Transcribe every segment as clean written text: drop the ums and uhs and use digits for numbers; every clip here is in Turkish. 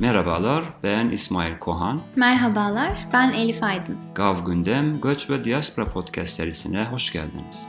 Merhabalar, ben İsmail Kohan. Merhabalar, ben Elif Aydın. Gav Gündem, Göç ve Diaspora Podcast serisine hoş geldiniz.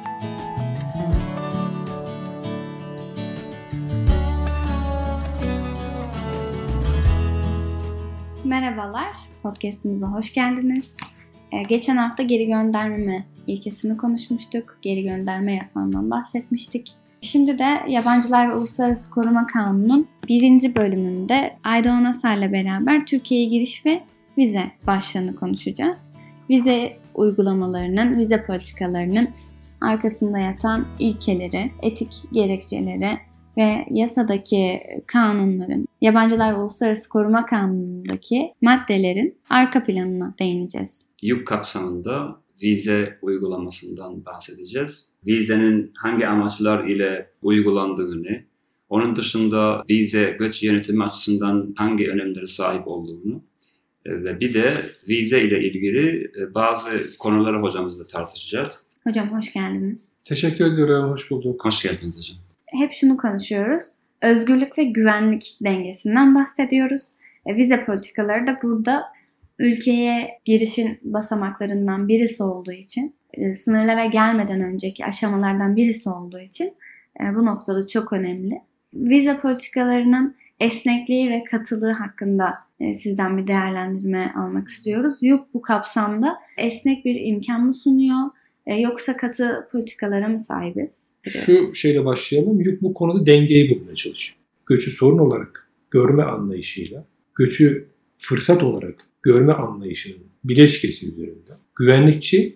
Merhabalar, podcastimize hoş geldiniz. Geçen hafta geri gönderme ilkesini konuşmuştuk. Geri gönderme yasağından bahsetmiştik. Şimdi de Yabancılar ve Uluslararası Koruma Kanunu'nun 1. bölümünde Aydoğan Asar'la beraber Türkiye'ye giriş ve vize başlığını konuşacağız. Vize uygulamalarının, vize politikalarının arkasında yatan ilkeleri, etik gerekçeleri ve yasadaki kanunların, Yabancılar ve Uluslararası Koruma Kanunu'ndaki maddelerin arka planına değineceğiz. YUK kapsamında vize uygulamasından bahsedeceğiz. Vizenin hangi amaçlar ile uygulandığını, onun dışında vize göç yönetimi açısından hangi önemlere sahip olduğunu ve bir de vize ile ilgili bazı konuları hocamızla tartışacağız. Hocam hoş geldiniz. Teşekkür ediyorum, hoş bulduk. Hoş geldiniz hocam. Hep şunu konuşuyoruz. Özgürlük ve güvenlik dengesinden bahsediyoruz. Vize politikaları da burada ülkeye girişin basamaklarından birisi olduğu için, sınırlara gelmeden önceki aşamalardan birisi olduğu için bu noktada çok önemli. Vize politikalarının esnekliği ve katılığı hakkında sizden bir değerlendirme almak istiyoruz. YUK bu kapsamda esnek bir imkan mı sunuyor yoksa katı politikalara mı sahibiz? Şu şeyle başlayalım. YUK bu konuda dengeyi bulmaya çalışıyor. Göçü sorun olarak görme anlayışıyla, göçü fırsat olarak görme anlayışının bileşkesi üzerinde güvenlikçi,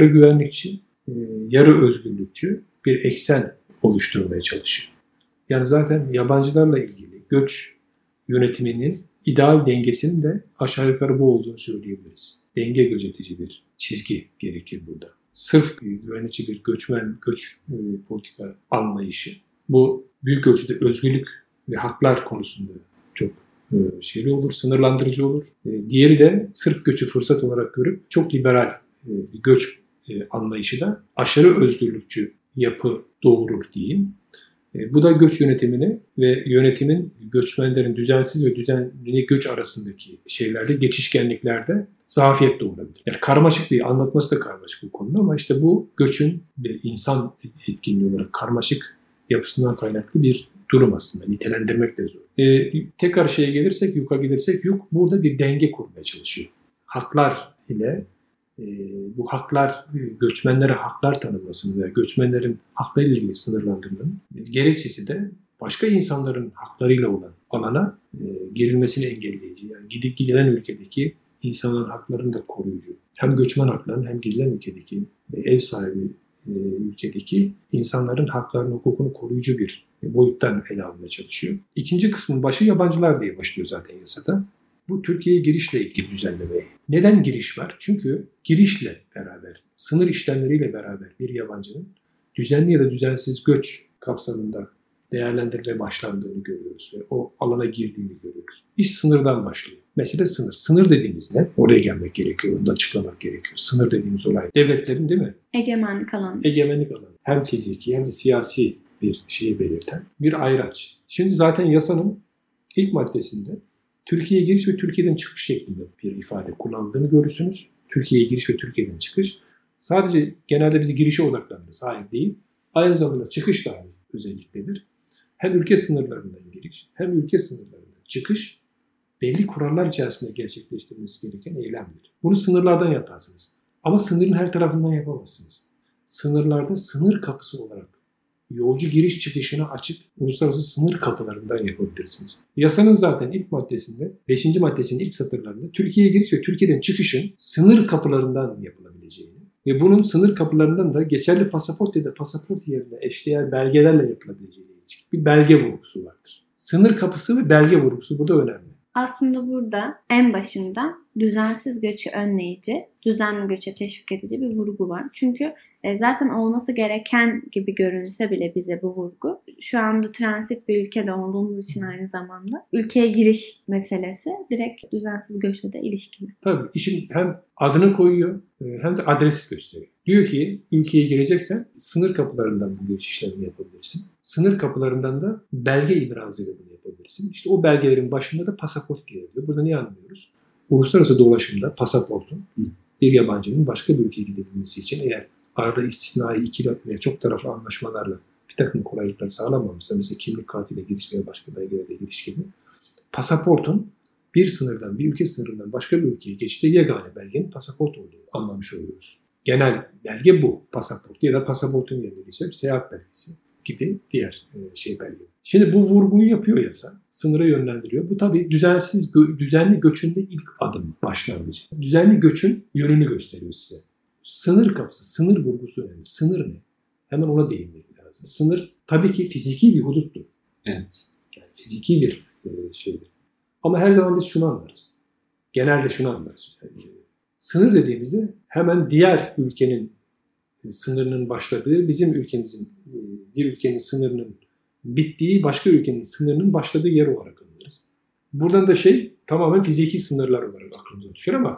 yarı özgürlükçü bir eksen oluşturmaya çalışıyor. Yani zaten yabancılarla ilgili göç yönetiminin ideal dengesinin de aşağı yukarı bu olduğunu söyleyebiliriz. Denge gözetici bir çizgi gerekir burada. Sırf güvenlikçi bir göç politika anlayışı bu büyük ölçüde özgürlük ve haklar konusunda çok şeyli olur, sınırlandırıcı olur. Diğeri de sırf göçü fırsat olarak görüp çok liberal bir göç anlayışı da aşırı özgürlükçü yapı doğurur diyeyim. Bu da göç yönetimini ve yönetimin göçmenlerin düzensiz ve düzenli göç arasındaki şeylerde, geçişkenliklerde zafiyet doğurabilir. Yani karmaşık bir, anlatması da karmaşık bu konu ama işte bu göçün bir insan etkinliği olarak karmaşık yapısından kaynaklı bir durum aslında. Nitelendirmek de zor. Tekrar şeye gelirsek, YUK'a gelirsek, YUK burada bir denge kurmaya çalışıyor. Haklar ile bu haklar, göçmenlere haklar tanınmasını ve göçmenlerin haklarıyla ilgili sınırlandırmanın gerekçesi de başka insanların haklarıyla olan alana girilmesini engelleyici. Yani gidip gidilen ülkedeki insanların haklarını da koruyucu. Hem göçmen haklarının hem gidilen ülkedeki ev sahibi ülkedeki insanların haklarını, hukukunu koruyucu bir boyuttan ele almaya çalışıyor. İkinci kısmın başı yabancılar diye başlıyor zaten yasada. Bu Türkiye'ye girişle ilgili düzenlemeyi. Neden giriş var? Çünkü girişle beraber, sınır işlemleriyle beraber bir yabancının düzenli ya da düzensiz göç kapsamında değerlendirmeye başlandığını görüyoruz ve o alana girdiğini görüyoruz. İş sınırdan başlıyor. Mesele sınır. Sınır dediğimizde oraya gelmek gerekiyor, onu da açıklamak gerekiyor. Sınır dediğimiz olay devletlerin değil mi? Egemenlik alanı. Egemenlik alanı. Hem fiziki hem de siyasi bir şeyi belirten bir ayraç. Şimdi zaten yasanın ilk maddesinde Türkiye'ye giriş ve Türkiye'den çıkış şeklinde bir ifade kullandığını görürsünüz. Türkiye'ye giriş ve Türkiye'den çıkış. Sadece genelde bizi girişe odaklanırız. Hayır değil. Aynı zamanda çıkış da aynı özelliktedir. Hem ülke sınırlarından giriş hem ülke sınırlarından çıkış belli kurallar içerisinde gerçekleştirilmesi gereken eylemdir. Bunu sınırlardan yaparsınız. Ama sınırın her tarafından yapamazsınız. Sınırlarda sınır kapısı olarak yolcu giriş çıkışına açık uluslararası sınır kapılarından yapabilirsiniz. Yasanın zaten ilk maddesinde, 5. maddesinin ilk satırlarında Türkiye'ye giriş ve Türkiye'den çıkışın sınır kapılarından yapılabileceğini ve bunun sınır kapılarından da geçerli pasaport ya da pasaport yerine eşdeğer belgelerle yapılabileceğine ilişkin bir belge vurgusu vardır. Sınır kapısı ve belge vurgusu burada önemli. Aslında burada en başında düzensiz göçü önleyici, düzenli göçe teşvik edici bir vurgu var. Çünkü zaten olması gereken gibi görünse bile bize bu vurgu, şu anda transit bir ülkede olduğumuz için aynı zamanda ülkeye giriş meselesi direkt düzensiz göçle de ilişkili. Tabii işin hem adını koyuyor hem de adresi gösteriyor. Diyor ki ülkeye gireceksen sınır kapılarından bu giriş işlemini yapabilirsin. Sınır kapılarından da belge ibrazıyla bunu yapabilirsin. kullanabilirsin. İşte o belgelerin başında da pasaport geliyor. Burada niye anlıyoruz? Uluslararası dolaşımda pasaportun bir yabancının başka bir ülkeye gidebilmesi için eğer arada istisnai ikili veya çok taraflı anlaşmalarla bir takım kolaylıklar sağlanmamışsa, mesela kimlik kartıyla giriş veya başka belgelerle giriş gibi, pasaportun bir sınırdan, bir ülke sınırından başka bir ülkeye geçtiği yegane belgenin pasaport olduğunu anlamış oluyoruz. Genel belge bu. Pasaport ya da pasaportun yerine geçen seyahat belgesi gibi diğer belgeler. Şimdi bu vurguyu yapıyor yasa. Sınıra yönlendiriyor. Bu tabii düzenli göçün de ilk adım, başlangıcı. Düzenli göçün yönünü gösteriyor size. Sınır kapısı, sınır vurgusu önemli. Sınır ne? Hemen ona değinmek lazım. Sınır tabii ki fiziki bir huduttur. Evet. Yani fiziki bir şeydir. Ama her zaman biz şunu anlarız. Genelde şunu anlarız. Yani, sınır dediğimizde hemen diğer ülkenin sınırının başladığı, bizim ülkemizin bir ülkenin sınırının bittiği, başka ülkenin sınırının başladığı yer olarak anlarız. Buradan da tamamen fiziki sınırlar olarak aklımıza düşer ama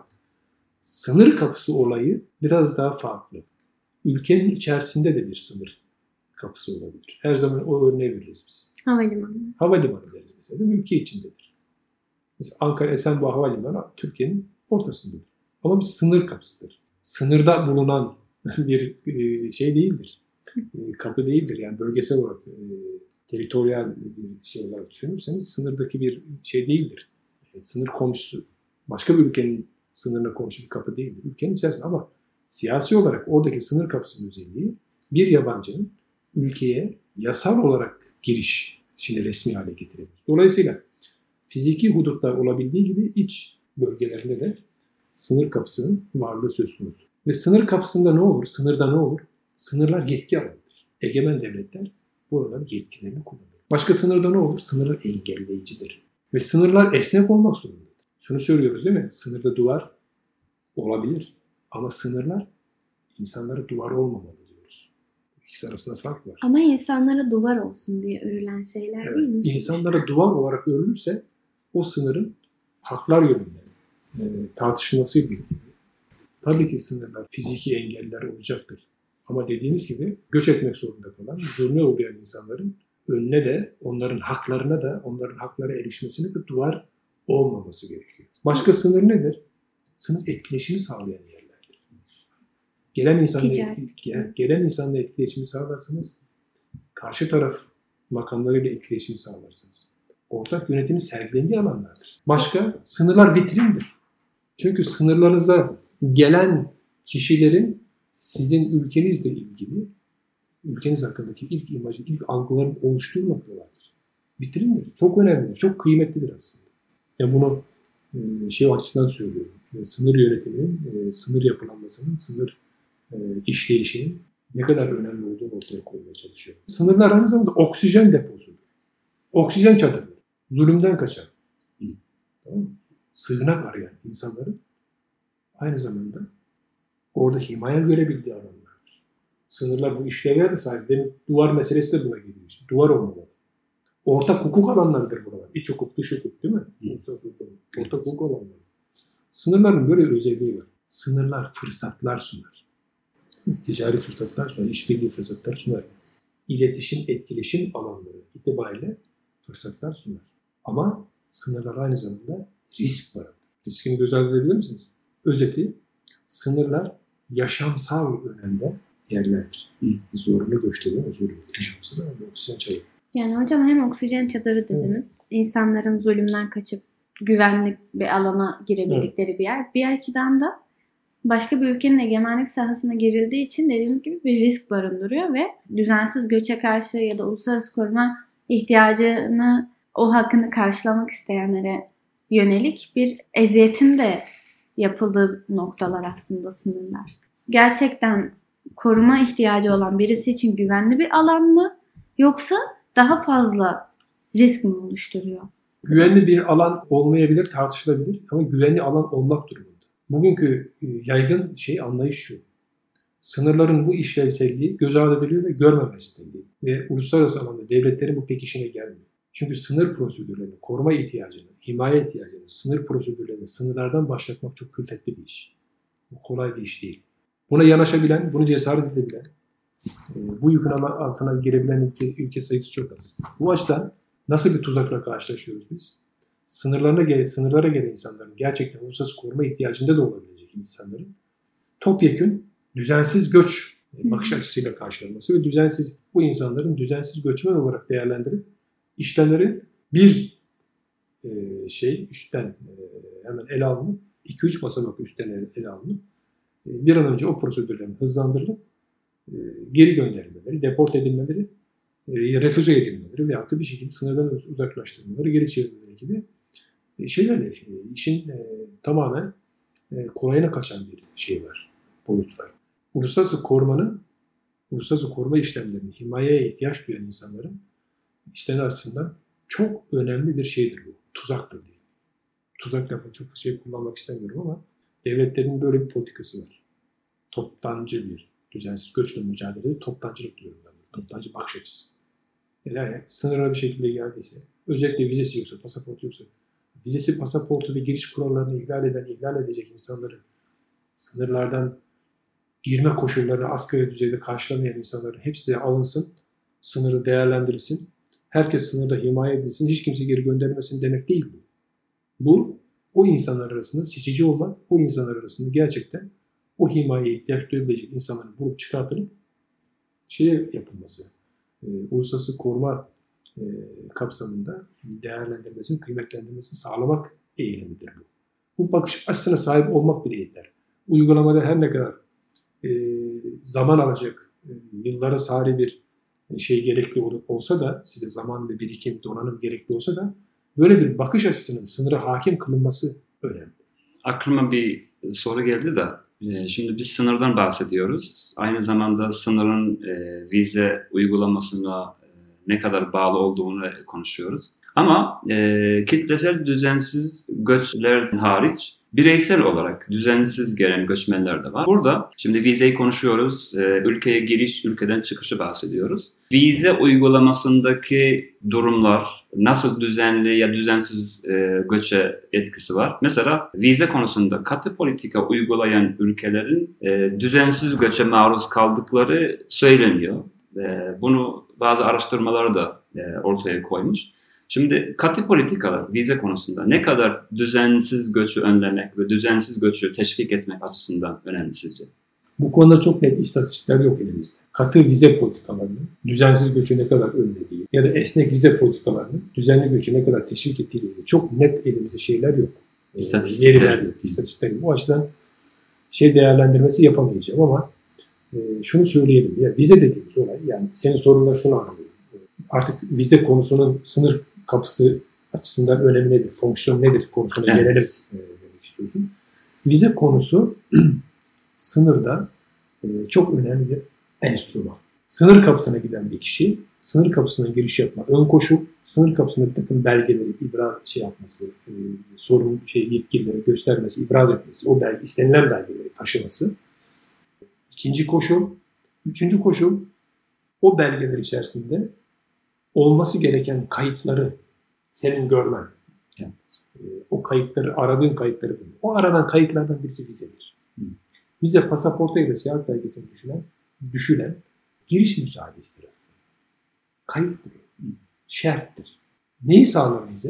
sınır kapısı olayı biraz daha farklı. Ülkenin içerisinde de bir sınır kapısı olabilir. Her zaman o örneği veririz biz. Havalimanı. Havalimanı deriz mesela. Ülke içindedir. Mesela Ankara Esenboğa Havalimanı Türkiye'nin ortasındadır. Bir sınır kapısıdır. Sınırda bulunan bir değildir. Kapı değildir. Yani bölgesel olarak teritoryal bir olarak düşünürseniz sınırdaki bir değildir. Sınır komşusu, başka bir ülkenin sınırına komşu bir kapı değildir. Ülkenin içerisinde ama siyasi olarak oradaki sınır kapısının özelliği bir yabancının ülkeye yasal olarak girişini resmi hale getirebilir. Dolayısıyla fiziki hudutlar olabildiği gibi iç bölgelerinde de sınır kapısının varlığı söz konusudur. Ve sınır kapısında ne olur? Sınırda ne olur? Sınırlar yetki alanıdır. Egemen devletler bu aralar yetkilerini kullanır. Başka sınırda ne olur? Sınırlar engelleyicidir. Ve sınırlar esnek olmak zorundadır. Şunu söylüyoruz değil mi? Sınırda duvar olabilir. Ama sınırlar insanlara duvar olmamalı diyoruz. İkisi arasında fark var. Ama insanlara duvar olsun diye örülen şeyler değil mi? İnsanlara duvar olarak örülürse o sınırın haklar yönünden tartışılmasıyla ilgili. Tabii ki sınırlar, fiziki engeller olacaktır. Ama dediğimiz gibi göç etmek zorunda kalan, zulme uğrayan insanların önüne de, onların haklarına da, onların haklara erişmesine de duvar olmaması gerekiyor. Başka sınır nedir? Sınır etkileşimi sağlayan yerlerdir. Gelen insanla etkileşimi sağlarsınız, karşı taraf makamlarıyla etkileşimi sağlarsınız. Ortak yönetimin sergilendiği alanlardır. Başka, sınırlar vitrindir. Çünkü sınırlarınıza gelen kişilerin sizin ülkenizle ilgili, ülkeniz hakkındaki ilk imajı, ilk algıların oluştuğu noktalardır. Vitrindir. Çok önemlidir. Çok kıymetlidir aslında. Yani bunu açısından söylüyorum. Sınır yönetiminin, sınır yapılanmasının, sınır işleyişinin ne kadar önemli olduğunu ortaya koymaya çalışıyorum. Sınırlar aynı zamanda oksijen deposudur. Oksijen çadırıdır. Zulümden kaçan. Tamam mı? Sığınak arayan insanların aynı zamanda orada himaye görebildiği alanlardır. Sınırlar bu işlevlere de sahip. Demin duvar meselesi de buna geliyor işte. Duvar olmalı. Ortak hukuk alanlarıdır buralar. İç hukuk, dış hukuk değil mi? Ortak hukuk alanları. Sınırların böyle özelliği var. Sınırlar fırsatlar sunar. Ticari fırsatlar sunar, işbirliği fırsatlar sunar. İletişim, etkileşim alanları itibariyle fırsatlar sunar. Ama sınırlar aynı zamanda risk var. Riskini göz ardı edebilir misiniz? Özeti, sınırlar yaşamsal önemde yerlerdir. Zorunlu göçte değil mi? Zorunlu yaşamsal önemde oksijen çayı. Yani hocam hem oksijen çadırı dediniz. Evet. İnsanların zulümden kaçıp güvenli bir alana girebildikleri bir yer. Bir açıdan da başka bir ülkenin egemenlik sahasına girildiği için dediğim gibi bir risk barındırıyor ve düzensiz göçe karşı ya da uluslararası koruma ihtiyacını, o hakkını karşılamak isteyenlere yönelik bir eziyetin de yapıldığı noktalar aslında sınırlar. Gerçekten koruma ihtiyacı olan birisi için güvenli bir alan mı yoksa daha fazla risk mi oluşturuyor? Güvenli bir alan olmayabilir, tartışılabilir ama güvenli alan olmak durumunda. Bugünkü yaygın anlayış şu. Sınırların bu işlevselliği göz ardı ediliyor ve görmemesinden geliyor. Ve uluslararası alanda devletlerin bu pek işine gelmiyor. Çünkü sınır prosedürlerini, koruma ihtiyacını, himaye ihtiyacını, sınır prosedürlerini sınırlardan başlatmak çok külfetli bir iş. Bu kolay bir iş değil. Buna yanaşabilen, bunu cesaret edebilen, bu yükün altına girebilen ülke sayısı çok az. Bu açıdan Nasıl bir tuzakla karşılaşıyoruz biz? Sınırlara gelen insanların gerçekten uluslararası koruma ihtiyacında da olabilecek insanların topyekün düzensiz göç bakış açısıyla karşılanması ve bu insanların düzensiz göçmen olarak değerlendirip işlemleri bir üstten hemen ele alınıp 2-3 basamak üstten ele alınıp bir an önce o prosedürlerin hızlandırılıp geri gönderilmeleri, deport edilmeleri, refüze edilmeleri veyahut da bir şekilde sınırdan uzaklaştırılmaları, geri çevrilmeleri gibi şeylerle işin tamamen kolayına kaçan bir şey var, boyut var. Uluslararası koruma işlemlerinin himayeye ihtiyaç duyan insanların işleri açısından çok önemli bir şeydir bu. Tuzaktır diye. Tuzak lafını çok kullanmak istemiyorum ama devletlerin böyle bir politikası var. Toptancı bir düzensiz göçle mücadelede toptancılık diyorum ben. Toptancı bakış açısı. Yani sınıra bir şekilde geldiyse, özellikle vizesi yoksa, pasaportu yoksa, vizesi, pasaportu ve giriş kurallarını ihlal edecek insanların sınırlardan girme koşullarını asgari düzeyde karşılamayan insanların hepsi de alınsın, sınırı değerlendirilsin, herkes sınırda himaye edilsin, hiç kimse geri gönderilmesin demek değil bu. Bu, o insanlar arasında seçici olmak, o insanlar arasında gerçekten o himayeye ihtiyaç duyabilecek insanların bulup çıkartılıp yapılması, uluslararası koruma kapsamında değerlendirmesini, kıymetlendirmesini sağlamak eylemidir bu. Bu bakış açısına sahip olmak bile yeter. Uygulamada her ne kadar zaman alacak, yıllara sari bir gerekli olsa da, size zaman ve birikim, donanım gerekli olsa da böyle bir bakış açısının sınıra hakim kılınması önemli. Aklıma bir soru geldi de, şimdi biz sınırdan bahsediyoruz. Aynı zamanda sınırın vize uygulamasına ne kadar bağlı olduğunu konuşuyoruz. Ama kitlesel düzensiz göçler hariç bireysel olarak düzensiz gelen göçmenler de var. Burada şimdi vizeyi konuşuyoruz, ülkeye giriş, ülkeden çıkışı bahsediyoruz. Vize uygulamasındaki durumlar nasıl düzenli ya düzensiz göçe etkisi var? Mesela vize konusunda katı politika uygulayan ülkelerin düzensiz göçe maruz kaldıkları söyleniyor. Bunu bazı araştırmalar da ortaya koymuş. Şimdi katı politikalar vize konusunda ne kadar düzensiz göçü önlemek ve düzensiz göçü teşvik etmek açısından önemli sizce? Bu konuda çok net istatistikler yok elimizde. Katı vize politikalarının düzensiz göçü ne kadar önlediği ya da esnek vize politikalarının düzenli göçü ne kadar teşvik ettiği çok net elimizde şeyler yok. Veriler yok. İstatistikler yok. O açıdan değerlendirmesi yapamayacağım ama şunu söyleyelim. Ya, vize dediğimiz olay, yani senin sorunla şunu anlıyorum. Artık vize konusunun sınır kapısı açısından önemi nedir, fonksiyon nedir konusuna gelelim demek istiyorsun. Vize konusu sınırda çok önemli bir enstrüman. Sınır kapısına giden bir kişi, sınır kapısına giriş yapma ön koşul, sınır kapısında bir takım belgeleri yapması, yetkililere göstermesi, ibraz etmesi, o istenilen belgeleri taşıması. İkinci koşul. Üçüncü koşul, o belgeler içerisinde olması gereken kayıtları senin görmen. Evet. O kayıtları, aradığın kayıtları bulun. O aranan kayıtlardan birisi vizedir. Vize pasaporta ya da seyahat belgesini düşülen giriş müsaadesidir aslında. Kayıttır. Şerttir. Neyi sağlar vize?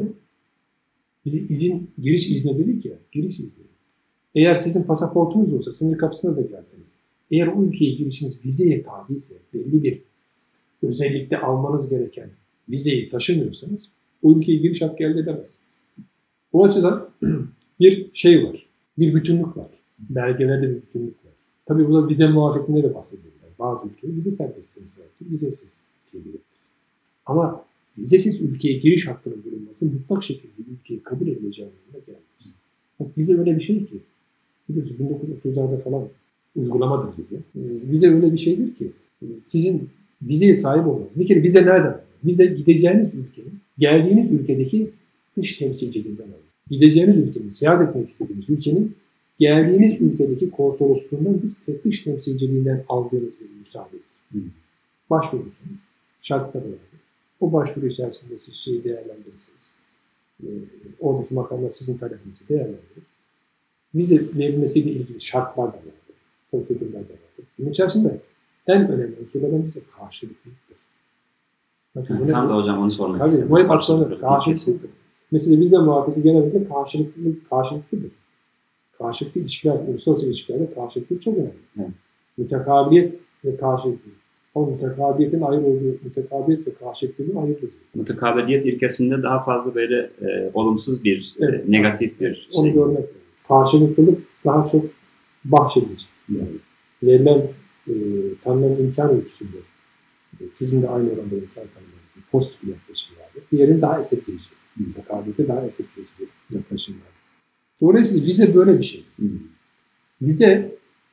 Bize giriş izni dedik ya, giriş izni. Eğer sizin pasaportunuz olsa sınır kapısına da gelseniz, eğer o ülkeye girişiniz vizeye tabiyse, belli bir özellikle almanız gereken vizeyi taşımıyorsanız o ülkeye giriş hakkı elde edemezsiniz. Bu açıdan bir var, bir bütünlük var. Belgelerde bir bütünlük var. Tabii bu da vize muafiyetinde de bahsediyorlar. Bazı ülkeler vize serbestsiniz vardır, vizesiz verir. Ama vizesiz ülkeye giriş hakkının bulunması mutlak şekilde ülkeyi kabul edileceği anlamına gelmez. Bak, vize öyle bir şey ki, biliyorsun 1930'larda falan uygulamadır vize. Vize öyle bir şeydir ki sizin vizeye sahip olmanız. Bir kere vize nereden? Vize gideceğiniz ülkenin, geldiğiniz ülkedeki dış temsilciliğinden alır. Gideceğiniz ülkenin, seyahat etmek istediğiniz ülkenin, geldiğiniz ülkedeki konsolosluğundan dış temsilciliğinden aldığınız bir müsaadedir. Başvurursunuz. Şartları vardır. O başvuru içerisinde siz değerlendirirsiniz. Oradaki makamlar sizin talebinizi değerlendirir. Vize verilmesiyle ilgili şartlar da vardır. Prosedürler de vardır. Bunun içerisinde en önemli unsurlardan birisi karşılıklılıktır. Tam da hocam onu sormak tabii, istedim. bu hep akşamlar karşılıklıdır. Mesela vize muafiyeti genellikle karşılıklıdır. Karşılıklı ilişkiler, uluslararası ilişkilerde karşılıklı çok önemli. Evet. Mütekabiliyet ve karşılıklı. Ama mütekabiliyetin ayrı olduğu, mütekabiliyet ve karşılıklılığın ayrıdır. Mütekabiliyet ilkesinde daha fazla böyle olumsuz bir, negatif bir onu şey. görmek lazım. Karşılıklılık daha çok bahşedici. Yani verilen, tanınan imkan ölçüsünde sizin de aynı oranda imkan tanımanız pozitif bir yaklaşım vardır. Diğerinin daha esirgeyici. Mütekabiliyete daha esirgeyici bir yaklaşım vardır. Dolayısıyla vize böyle bir şey. Vize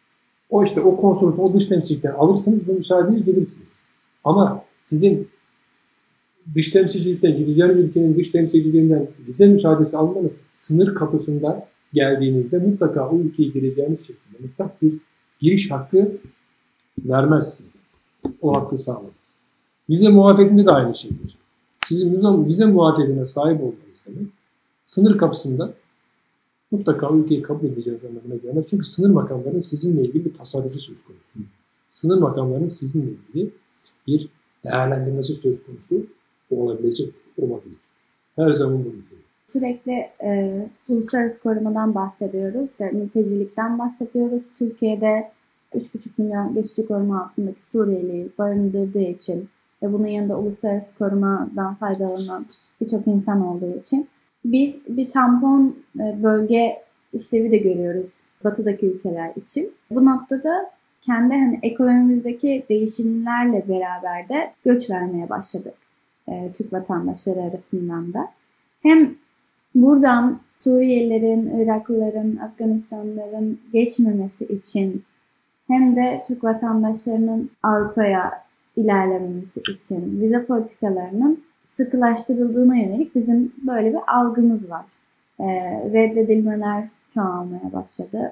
o konsolosluk, o dış temsilcilikten alırsınız ve müsaadeye gelirsiniz. Ama sizin dış temsilcilikten, gideceğiniz ülkenin dış temsilciliğinden vize müsaadesi almanız sınır kapısında geldiğinizde mutlaka o ülkeye gireceğiniz şekilde mutlak bir giriş hakkı vermez size. O hakkı sağlamaz. Vize muafiyetinde de aynı şeydir. Sizin vize muafiyetine sahip olmanız demek sınır kapısında mutlaka o ülkeyi kabul edeceğiniz anlamına gelmez. Çünkü sınır makamlarının sizinle ilgili bir tasarrufu söz konusu. Sınır makamlarının sizinle ilgili bir değerlendirmesi söz konusu olabilir. Her zaman bunu yapıyoruz. Sürekli uluslararası korumadan bahsediyoruz, mültecilikten bahsediyoruz. Türkiye'de 3,5 milyon geçici koruma altındaki Suriyeli'yi barındırdığı için ve bunun yanında uluslararası korumadan faydalanan birçok insan olduğu için biz bir tampon bölge işlevi de görüyoruz batıdaki ülkeler için. Bu noktada kendi ekonomimizdeki değişimlerle beraber de göç vermeye başladık Türk vatandaşları arasından da. Hem buradan Suriyelilerin, Iraklıların, Afganistanlıların geçmemesi için hem de Türk vatandaşlarının Avrupa'ya ilerlememesi için vize politikalarının sıkılaştırıldığına yönelik bizim böyle bir algımız var. Reddedilmeler çoğalmaya başladı.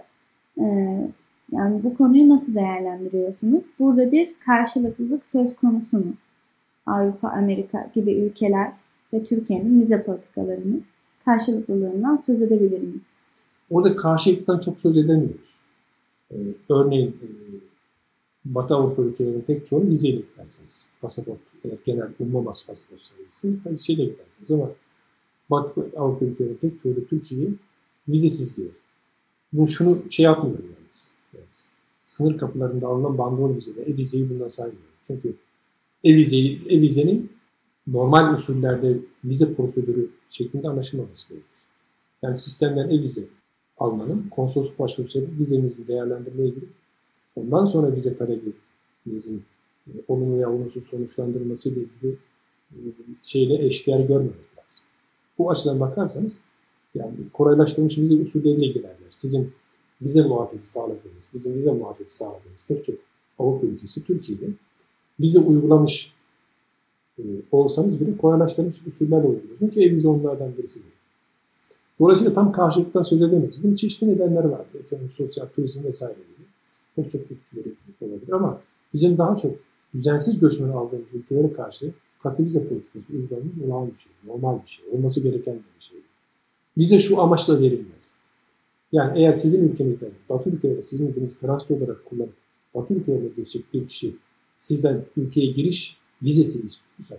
Yani bu konuyu nasıl değerlendiriyorsunuz? Burada bir karşılıklılık söz konusu mu? Avrupa, Amerika gibi ülkeler ve Türkiye'nin vize politikalarının karşılıklılığından söz edebilir miyiz? Orada karşılıktan çok söz edemiyoruz. Örneğin Batı Avrupa ülkelerinin pek çoğunu vizeyle gidersiniz. Pasaport, genel ummaması pasaport sayısı tabii şeyle gidersiniz ama Batı Avrupa ülkelerinin pek çoğu da Türkiye'ye vizesiz girer. Bu şunu yapmıyorum yalnız. Yani, sınır kapılarında alınan bandrol vizeyle e-vizeyi bundan saymıyorum. Çünkü e-vizenin normal usullerde vize prosedürü şeklinde anlaşılmaması gerekir. Yani sistemden e-vize almanın konsolosluk başvurusuyla vizenizin değerlendirmeye girip ondan sonra vize talebinizin olumlu veya olumsuz sonuçlandırılması ile ilgili şeyle eşdeğer görmemek lazım. Bu açıdan bakarsanız yani kolaylaştırılmış vize usulleriyle ilgilenler. Sizin vize muafiyeti sağladığınız, bizim vize muafiyeti sağladığımız pek çok Avrupa ülkesi Türkiye'de vize uygulamış olsanız bile kolaylaştırılmış usullerle uyguluyorsunuz ki e-vize onlardan birisi değil. Dolayısıyla tam karşılıktan söz edemeyiz. Bunun çeşitli nedenleri var. Ekonomik, sosyal, turizm vesaire gibi. Pek çok etkileri olabilir ama bizim daha çok düzensiz göçmen aldığımız ülkelere karşı katı vize politikası uygulamamız olağan bir şey, normal bir şey, olması gereken bir şey. Vize şu amaçla verilmez. Yani eğer sizin ülkenizden, Batı ülkelerde sizin ülkenizi transit olarak kullanıp Batı ülkelerine geçecek bir kişi sizden ülkeye giriş vizesi istiyorsa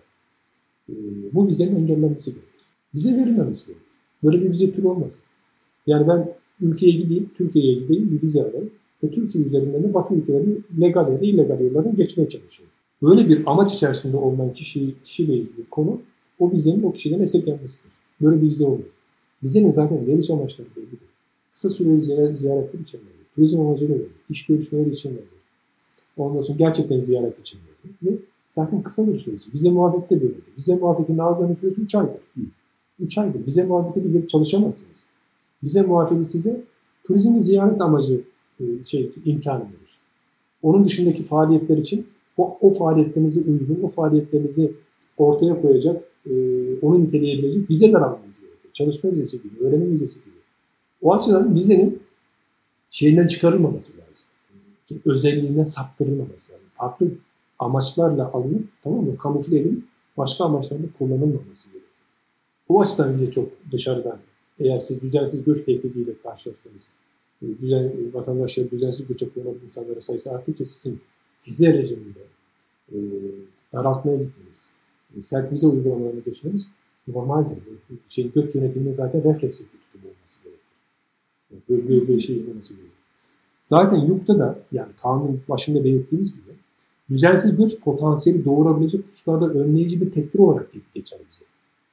bu vizenin engellenmesi gerekir. Vize verilmemesi gerekir. Böyle bir vize türü olmaz. Yani ben ülkeye gideyim, Türkiye'ye gideyim, bir vize alayım ve Türkiye üzerinden de Batı ülkelerinin legal ya da illegal yollardan geçmeye çalışıyorum. Böyle bir amaç içerisinde olmayan kişiyle ilgili konu o vizenin o kişiden esirgenmesidir. Böyle bir vize olmaz. Vizenin zaten veriş amaçları bellidir. Kısa süreli ziyaretler için verilir. Turizm amacıyla verilir. İş görüşmeleri için verilir. Ondan sonra gerçekten ziyaret için verilir. Ve zaten kısa bir süresi. Vize muafiyeti de böyledir. Vize muafiyetinin ağızlarının süresi 3 aydır. 3 aydır. Vize muafiyeti bile çalışamazsınız. Vize muafiyeti size turizmi ziyaret amacı imkanı verir. Onun dışındaki faaliyetler için o faaliyetlerinize uygun, o faaliyetlerinizi ortaya koyacak, onu niteleyebilecek vizeler almanız gerekir. Çalışma vizesi gibi, öğrenim vizesi gibi. O açıdan vizenin şeyinden çıkarılmaması lazım. Özelliğinden saptırılmaması lazım. Farklı amaçlarla alınıp, tamam mı? Kamufle edilip başka amaçlarla kullanılmaması gerekir. Bu açıdan vize çok dışarıdan, eğer siz düzensiz göç tehdidiyle karşılaştığınız, vatandaşları düzensiz göçe kullanan insanların sayısı arttıkça sizin vize rejiminde daraltmaya gitmeniz, sert vize uygulamalarına geçmemiz normaldir. Göç yönetiminin zaten refleksif bir tutum olması gerekir. Böyle bir şey olması gerekir. Zaten YUK'ta da yani kanunun başında belirttiğimiz gibi düzensiz göç potansiyeli doğurabilecek hususlarda önleyici bir tedbir olarak geçer bize.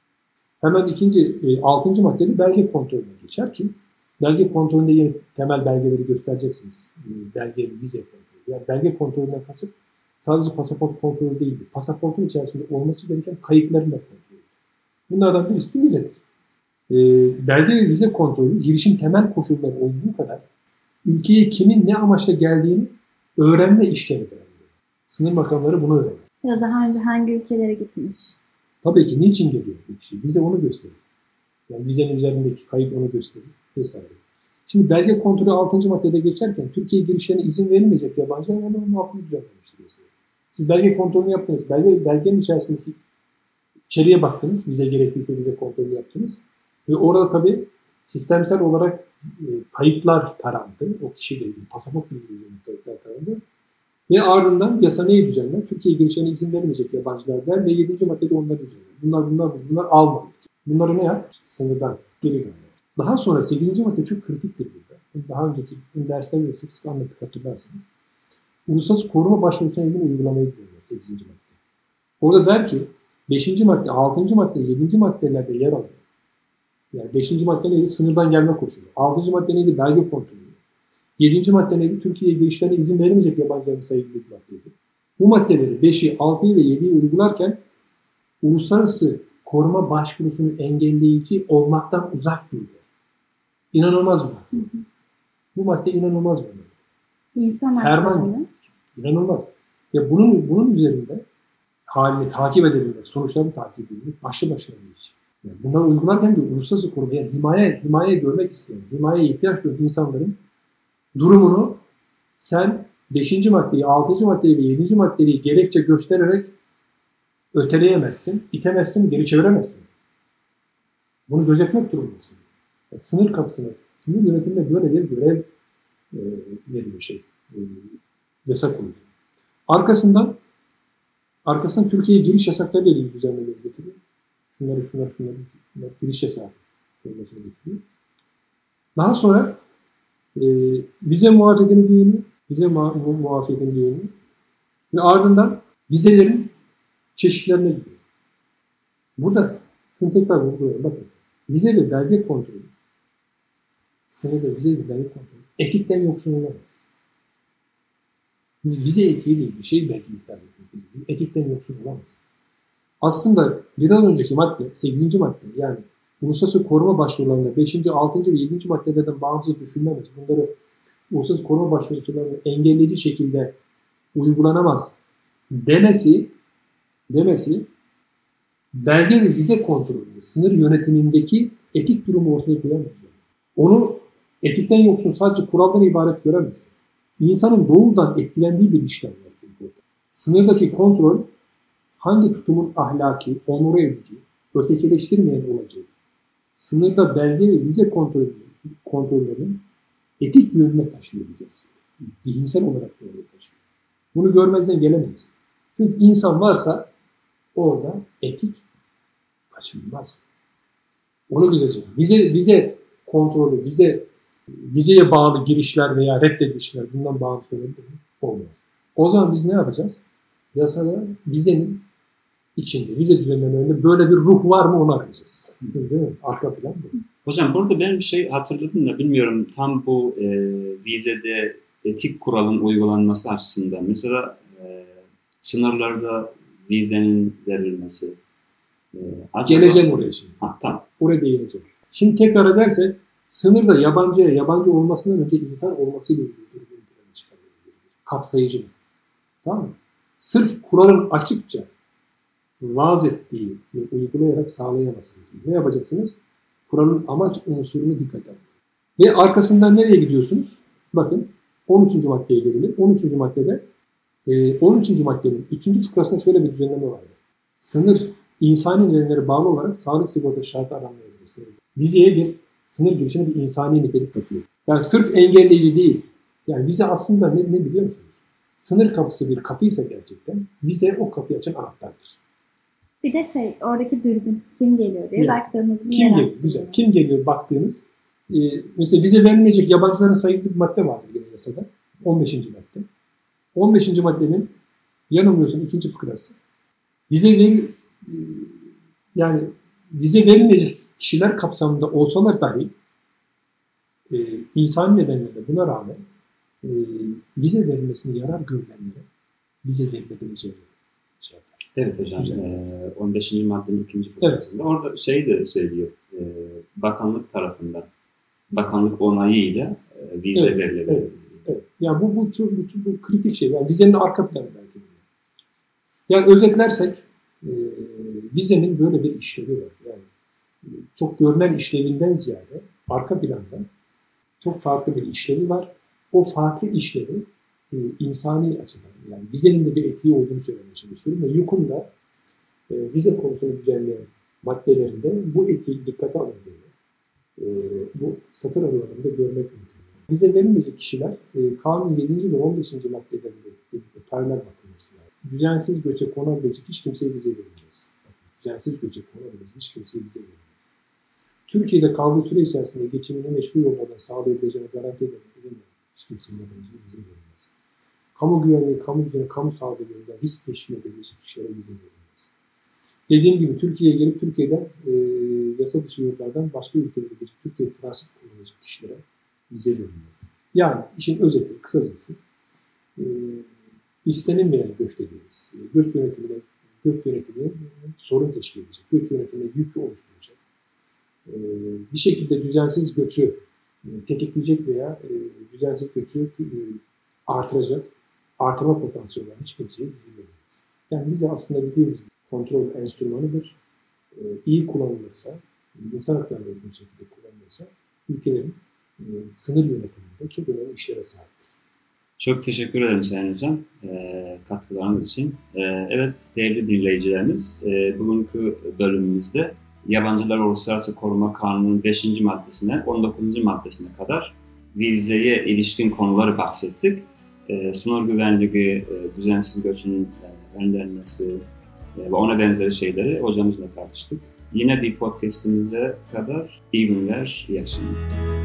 Hemen 6. maddede belge kontrolüne geçer ki belge kontrolünde yine temel belgeleri göstereceksiniz. Belge, vize kontrolü. Yani belge kontrolünden kasıt sadece pasaport kontrolü değildir. Pasaportun içerisinde olması gereken kayıtların da kontrolü. Bunlardan birisi de vizedir. Belge ve vize kontrolü girişin temel koşulları olduğu kadar ülkeye kimin ne amaçla geldiğini öğrenme işlemidir. Sınır makamları bunu öğrenir. Ya daha önce hangi ülkelere gitmiş? Tabii ki niçin geliyor bir kişi? Vize onu gösterir. Yani vizenin üzerindeki kayıt onu gösterir vesaire. Şimdi belge kontrolü 6. maddede geçerken Türkiye girişlerine izin verilmeyecek yabancılar hemen onun altını düzenlemiştir mesela. Siz belge kontrolünü yaptınız. Belgenin içerisindeki içeriye baktınız. Vize gerekliyse vize kontrolü yaptınız. Ve orada tabii sistemsel olarak kayıtlar tarandı. O kişiyle ilgili pasaport bilgileri kayıtlar tarandı. Ve ardından yasa neyi düzenler? Türkiye girişlerine izin verilmeyecek yabancılar der ve 7. maddede onları düzenler. Bunlar almalı. Bunları ne yap? Sınırdan geri gönder. Daha sonra 8. madde çok kritiktir burada. Daha önceki derslerde de sık sık anlattık hatırlarsınız. Uluslararası koruma başvurusuna ilgili uygulamayı düzenler 8. madde. Orada der ki 5. madde, 6. madde, 7. maddelerde yer alıyor. Yani 5. madde neydi? Sınırdan gelme koşulu. 6. madde neydi? Belge kontrolü. 7. madde neydi? Türkiye'ye girişlerine izin verilmeyecek yabancıların sayıldığı bir maddeydi. Bu maddeleri 5'i, 6'yı ve 7'yi uygularken uluslararası koruma başvurusunu engelleyici olmaktan uzak durdu. İnanılmaz bir madde. Bu madde inanılmaz bir madde. İnsan Ferman inanılmaz. Ya bunun üzerinde halini takip edebilmek, sonuçlarını takip edebilmek başlı başına bir iş. Yani bunları uygularken de uluslararası koruma, yani himaye görmek isteyen, himayeye ihtiyaç duyan insanların durumunu sen 5. maddeyi, 6. maddeyi ve 7. maddeyi gerekçe göstererek öteleyemezsin, itemezsin, geri çeviremezsin. Bunu gözetmek durumundasın. Yani sınır kapısına, sınır yönetiminde böyle bir görev veriyor yasak oluyor. Arkasından Türkiye'ye giriş yasaklarıyla ilgili düzenlemeleri getiriyor. Şunları giriş yasağı olmasını getiriyor. Daha sonra vize muafiyetini değiniyor. Ve ardından vizelerin çeşitlerine gidiyor. Burada şunu tekrar vurgulayalım. Bakın. Vize ve belge kontrolü, sınırda vize ve belge kontrolü etikten yoksun olamaz. Vize etiğiyle ilgili şey belki iptal etmek. Etikten yoksun olamaz. Aslında biraz önceki madde, 8. madde yani uluslararası koruma başvurularında 5. 6. ve 7. maddelerden bağımsız düşünülemez. Bunları uluslararası koruma başvurularını engelleyici şekilde uygulanamaz demesi belge ve vize kontrolünde sınır yönetimindeki etik durumu ortaya koyamaz. Onu etikten yoksun sadece kuraldan ibaret göremez. İnsanın doğrudan etkilendiği bir işlem var çünkü. Sınırdaki kontrol hangi tutumun ahlaki, onur edici, ötekileştirmeyen olacağı, sınırda belge ve vize kontrollerinin etik yönüne taşıyor bize. Zihinsel olarak da öyle taşıyor. Bunu görmezden gelemeyiz. Çünkü insan varsa orada etik kaçınılmaz. Onu güzel söyleyeyim. Vize kontrolü, vizeye bağlı girişler veya reddedilişler bundan bağımsız olmaz. O zaman biz ne yapacağız? Yasada vizenin içinde, vize düzenlemelerinde böyle bir ruh var mı onu arayacağız. Değil mi? Arka plan bu. Hocam burada ben bir şey hatırladım da bilmiyorum tam bu vizede etik kuralın uygulanması açısından. Mesela sınırlarda vizenin verilmesi. Geleceğim oraya şimdi. Tamam. Oraya değineceğim. Şimdi tekrar edersek sınırda yabancı olmasından önce insan olmasıyla ilgili bir bilgileri çıkarıyor. Kapsayıcı mı? Tamam mı? Sırf kuralın açıkça vaaz ettiği ve uygulayarak sağlayamazsınız. Ne yapacaksınız? Kuralın amaç unsurunu dikkate alın. Ve arkasından nereye gidiyorsunuz? Bakın 13. maddeye gelelim. 13. maddede 13. maddenin 3. fıkrasında şöyle bir düzenleme vardı. Sınır insani nedenlere bağlı olarak sağlık sigorta şartı aranmayabilir. Vizeye bir sınır girişine bir insani nitelik katıyor. Yani sırf engelleyici değil. Yani vize aslında ne biliyor musunuz? Sınır kapısı bir kapıysa gerçekten vize o kapıyı açan anahtardır. Bir de oradaki dürbün kim geliyor diye baktığımız bir kim yer geliyor? Güzel. Kim geliyor baktığınız. Mesela vize verilmeyecek yabancıların sayıldığı bir madde vardır yine yasada. 15. madde. 15. maddenin yanılmıyorsun 2. fıkrası. Yani vize verilmeyecek kişiler kapsamında olsalar dahi insani nedenlerle buna rağmen vize verilmesine yarar görülenlere vize verilebileceği şey yapar. Evet hocam. 15. maddenin 2. fıkrasında. Evet. Orada de söylüyor. Bakanlık tarafından, bakanlık onayıyla vize verilebilir. Evet. Evet. Yani bu kritik şey. Yani vizenin arka planı belki. Yani özetlersek vizenin böyle bir işlevi var. Yani çok görünen işlevinden ziyade arka planda çok farklı bir işlevi var. O farklı işlevi insani açıdan, yani vizenin de bir etiği olduğunu söylemeye çalışıyorum ve YUK'un da vize konusunu düzenleyen maddelerinde bu etiği dikkate alındığını bu satır aralarında görmek mümkün. Vize verilmeyecek kişiler kanunun 7. ve 15. maddelerinde birlikte paralel bakılması lazım. Düzensiz göçe konabilecek hiç kimseye vize verilmez. Düzensiz göçe konabilecek hiç kimseye vize verilmez. Türkiye'de kaldığı süre içerisinde geçimini meşru yollardan sağlayabileceğine garanti edilen hiç kimsenin yabancıya vize verilmez. Kamu güvenliği, kamu düzeni, kamu sağlığında risk teşkil edebilecek kişilere vize verilmez. Dediğim gibi Türkiye'ye gelip Türkiye'den yasa dışı yollardan başka ülkelere geçip Türkiye'de transit kullanacak kişilere vize verilmez. Yani işin özeti, kısacası istenilmeyen göç dediğimiz, göç yönetimine sorun teşkil edecek, göç yönetimine yükü oluşturacak, bir şekilde düzensiz göçü tetikleyecek veya düzensiz göçü artırma potansiyeli hiç kimseye vize verilmez. Yani vize aslında dediğimiz gibi kontrol enstrümanıdır. İyi kullanılırsa, insan haklarına uygun şekilde kullanılırsa ülkelerin sınır yönetiminde çok önemli işlere sahiptir. Çok teşekkür ederim Sayın Hocam katkılarınız için. Evet değerli dinleyicilerimiz, bugünkü bölümümüzde Yabancılar Uluslararası Koruma Kanunu'nun 5. maddesine 19. maddesine kadar vizeye ilişkin konuları bahsettik. Sınır güvenliği, düzensiz göçün önlenmesi ve ona benzeri şeyleri hocamızla tartıştık. Yine bir podcastimize kadar iyi günler, iyi akşamlar.